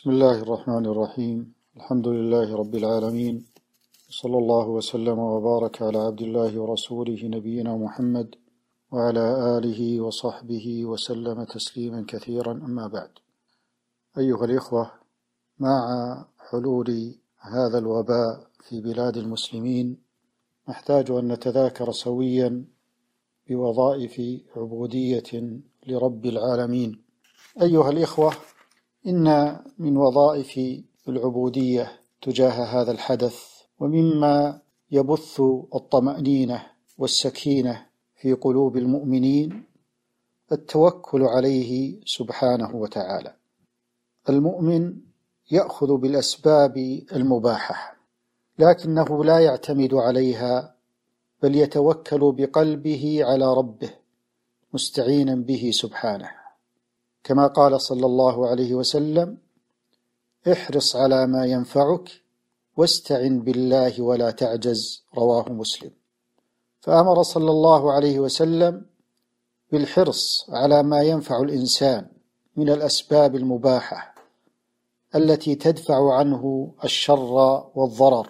بسم الله الرحمن الرحيم. الحمد لله رب العالمين، صلى الله وسلم وبارك على عبد الله ورسوله نبينا محمد وعلى آله وصحبه وسلم تسليما كثيرا. أما بعد، أيها الإخوة، مع حلول هذا الوباء في بلاد المسلمين نحتاج أن نتذاكر سويا بوظائف عبودية لرب العالمين. أيها الإخوة، إن من وظائف العبودية تجاه هذا الحدث ومما يبث الطمأنينة والسكينة في قلوب المؤمنين التوكل عليه سبحانه وتعالى. المؤمن يأخذ بالأسباب المباحة، لكنه لا يعتمد عليها، بل يتوكل بقلبه على ربه مستعينا به سبحانه، كما قال صلى الله عليه وسلم: احرص على ما ينفعك واستعن بالله ولا تعجز، رواه مسلم. فأمر صلى الله عليه وسلم بالحرص على ما ينفع الإنسان من الأسباب المباحة التي تدفع عنه الشر والضرر،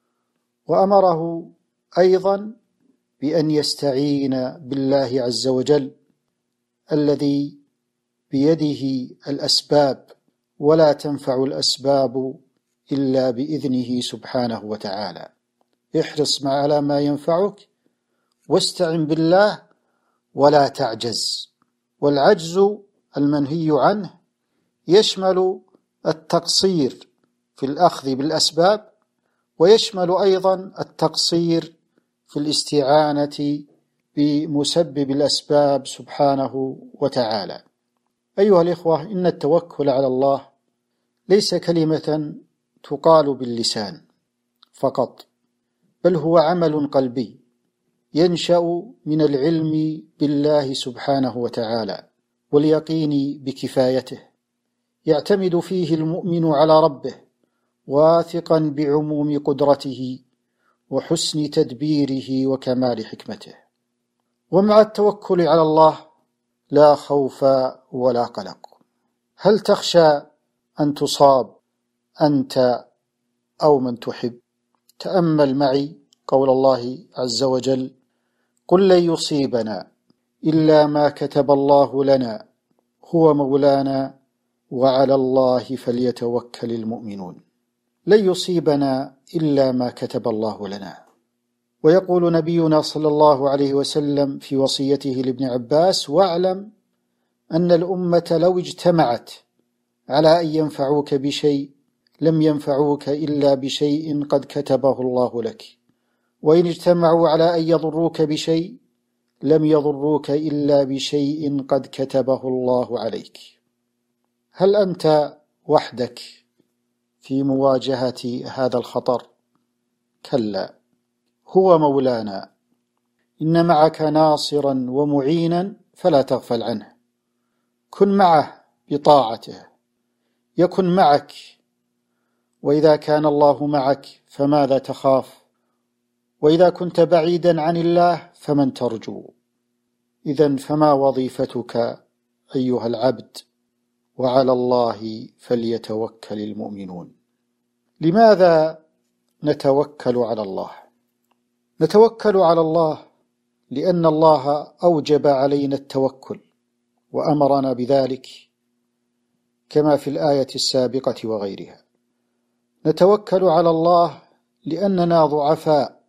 وأمره أيضا بأن يستعين بالله عز وجل الذي بيده الأسباب، ولا تنفع الأسباب إلا بإذنه سبحانه وتعالى. احرص على ما ينفعك واستعن بالله ولا تعجز. والعجز المنهي عنه يشمل التقصير في الأخذ بالأسباب، ويشمل أيضا التقصير في الاستعانة بمسبب الأسباب سبحانه وتعالى. أيها الإخوة، إن التوكل على الله ليس كلمة تقال باللسان فقط، بل هو عمل قلبي ينشأ من العلم بالله سبحانه وتعالى واليقين بكفايته، يعتمد فيه المؤمن على ربه واثقا بعموم قدرته وحسن تدبيره وكمال حكمته. ومع التوكل على الله لا خوف ولا قلق. هل تخشى أن تصاب أنت أو من تحب؟ تأمل معي قول الله عز وجل: قل لن يصيبنا إلا ما كتب الله لنا هو مولانا وعلى الله فليتوكل المؤمنون. لن يصيبنا إلا ما كتب الله لنا. ويقول نبينا صلى الله عليه وسلم في وصيته لابن عباس: واعلم أن الأمة لو اجتمعت على أن ينفعوك بشيء لم ينفعوك إلا بشيء قد كتبه الله لك، وإن اجتمعوا على أن يضروك بشيء لم يضروك إلا بشيء قد كتبه الله عليك. هل أنت وحدك في مواجهة هذا الخطر؟ كلا، هو مولانا، إن معك ناصرا ومعينا فلا تغفل عنه. كن معه بطاعته يكن معك، وإذا كان الله معك فماذا تخاف؟ وإذا كنت بعيدا عن الله فمن ترجو؟ إذن فما وظيفتك أيها العبد؟ وعلى الله فليتوكل المؤمنون. لماذا نتوكل على الله؟ نتوكل على الله لأن الله أوجب علينا التوكل وأمرنا بذلك كما في الآية السابقة وغيرها. نتوكل على الله لأننا ضعفاء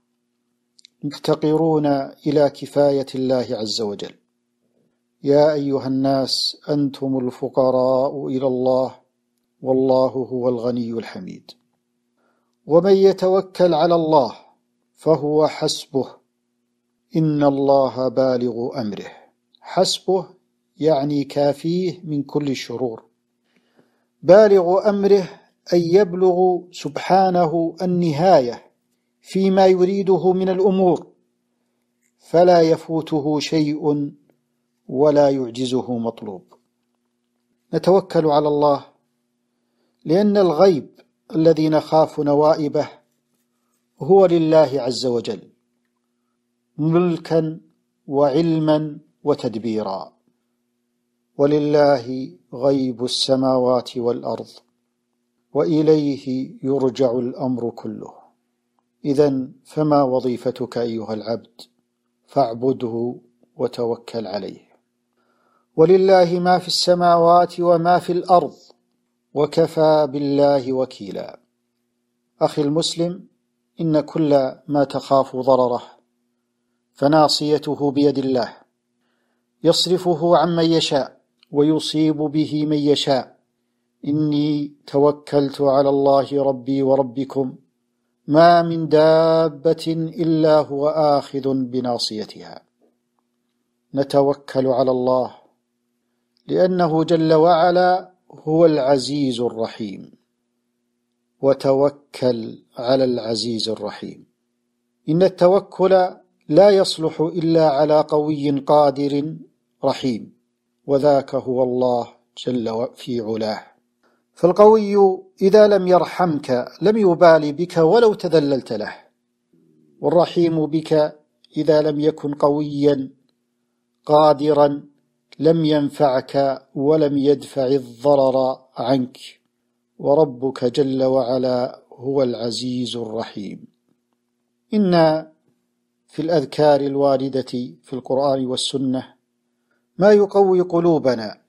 مفتقرون إلى كفاية الله عز وجل. يا أيها الناس أنتم الفقراء إلى الله والله هو الغني الحميد. ومن يتوكل على الله فهو حسبه إن الله بالغ أمره. حسبه يعني كافيه من كل الشرور. بالغ أمره أن يبلغ سبحانه النهاية فيما يريده من الأمور، فلا يفوته شيء ولا يعجزه مطلوب. نتوكل على الله لأن الغيب الذي نخاف نوائبه هو لله عز وجل ملكا وعلما وتدبيرا. ولله غيب السماوات والأرض وإليه يرجع الأمر كله. إذن فما وظيفتك أيها العبد؟ فاعبده وتوكل عليه. ولله ما في السماوات وما في الأرض وكفى بالله وكيلا. أخي المسلم، إن كل ما تخاف ضرره فناصيته بيد الله، يصرفه عمن يشاء ويصيب به من يشاء. إني توكلت على الله ربي وربكم ما من دابة إلا هو آخذ بناصيتها. نتوكل على الله لأنه جل وعلا هو العزيز الرحيم، وتوكل على العزيز الرحيم. إن التوكل لا يصلح إلا على قوي قادر رحيم، وذاك هو الله جل في علاه. فالقوي إذا لم يرحمك لم يبال بك ولو تذللت له، والرحيم بك إذا لم يكن قويا قادرا لم ينفعك ولم يدفع الضرر عنك. وربك جل وعلا هو العزيز الرحيم. إن في الأذكار الواردة في القرآن والسنة ما يقوي قلوبنا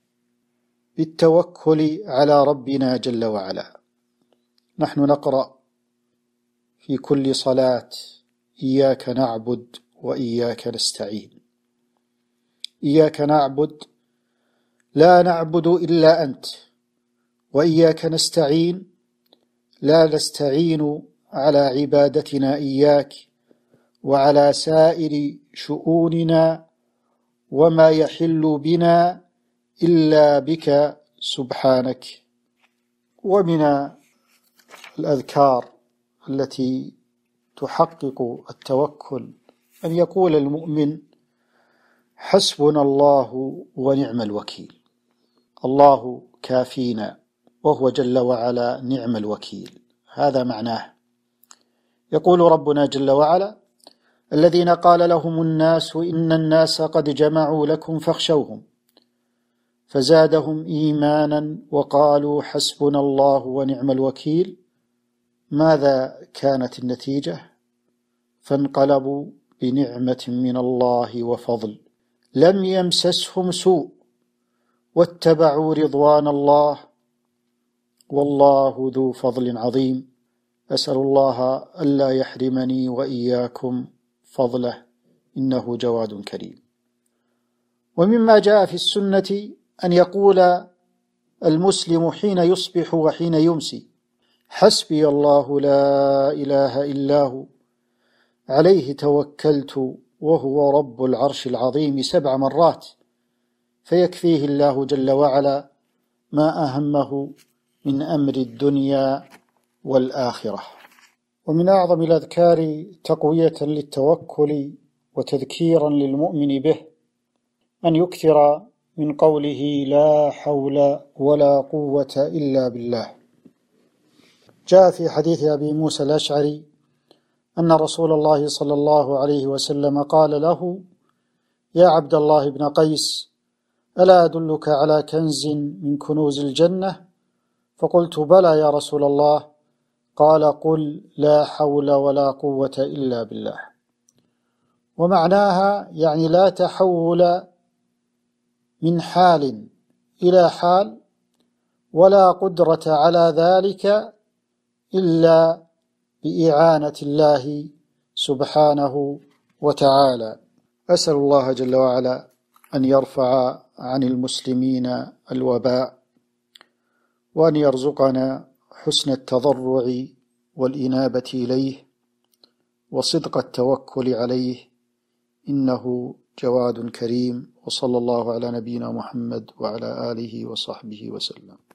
بالتوكل على ربنا جل وعلا. نحن نقرأ في كل صلاة: إياك نعبد وإياك نستعين. إياك نعبد، لا نعبد إلا أنت، وإياك نستعين، لا نستعين على عبادتنا إياك وعلى سائر شؤوننا وما يحل بنا إلا بك سبحانك. ومن الأذكار التي تحقق التوكل أن يقول المؤمن: حسبنا الله ونعم الوكيل. الله كافينا وهو جل وعلا نعم الوكيل. هذا معناه. يقول ربنا جل وعلا: الذين قال لهم الناس إن الناس قد جمعوا لكم فاخشوهم فزادهم إيمانا وقالوا حسبنا الله ونعم الوكيل. ماذا كانت النتيجة؟ فانقلبوا بنعمة من الله وفضل لم يمسسهم سوء واتبعوا رضوان الله والله ذو فضل عظيم. أسأل الله ألا يحرمني وإياكم فضله إنه جواد كريم. ومما جاء في السنة أن يقول المسلم حين يصبح وحين يمسي: حسبي الله لا إله إلا هو عليه توكلت وهو رب العرش العظيم 7 مرات، فيكفيه الله جل وعلا ما أهمه من أمر الدنيا والآخرة. ومن أعظم الأذكار تقوية للتوكل وتذكيرا للمؤمن به أن يكثر من قوله: لا حول ولا قوة إلا بالله. جاء في حديث أبي موسى الأشعري أن رسول الله صلى الله عليه وسلم قال له: يا عبد الله بن قيس، ألا أدلك على كنز من كنوز الجنة؟ فقلت: بلى يا رسول الله. قال: قل لا حول ولا قوة إلا بالله. ومعناها يعني لا تحول من حال إلى حال ولا قدرة على ذلك إلا بإعانة الله سبحانه وتعالى. أسأل الله جل وعلا أن يرفع عن المسلمين الوباء، وأن يرزقنا حسن التضرع والإنابة إليه وصدق التوكل عليه، إنه جواد كريم. وصلى الله على نبينا محمد وعلى آله وصحبه وسلم.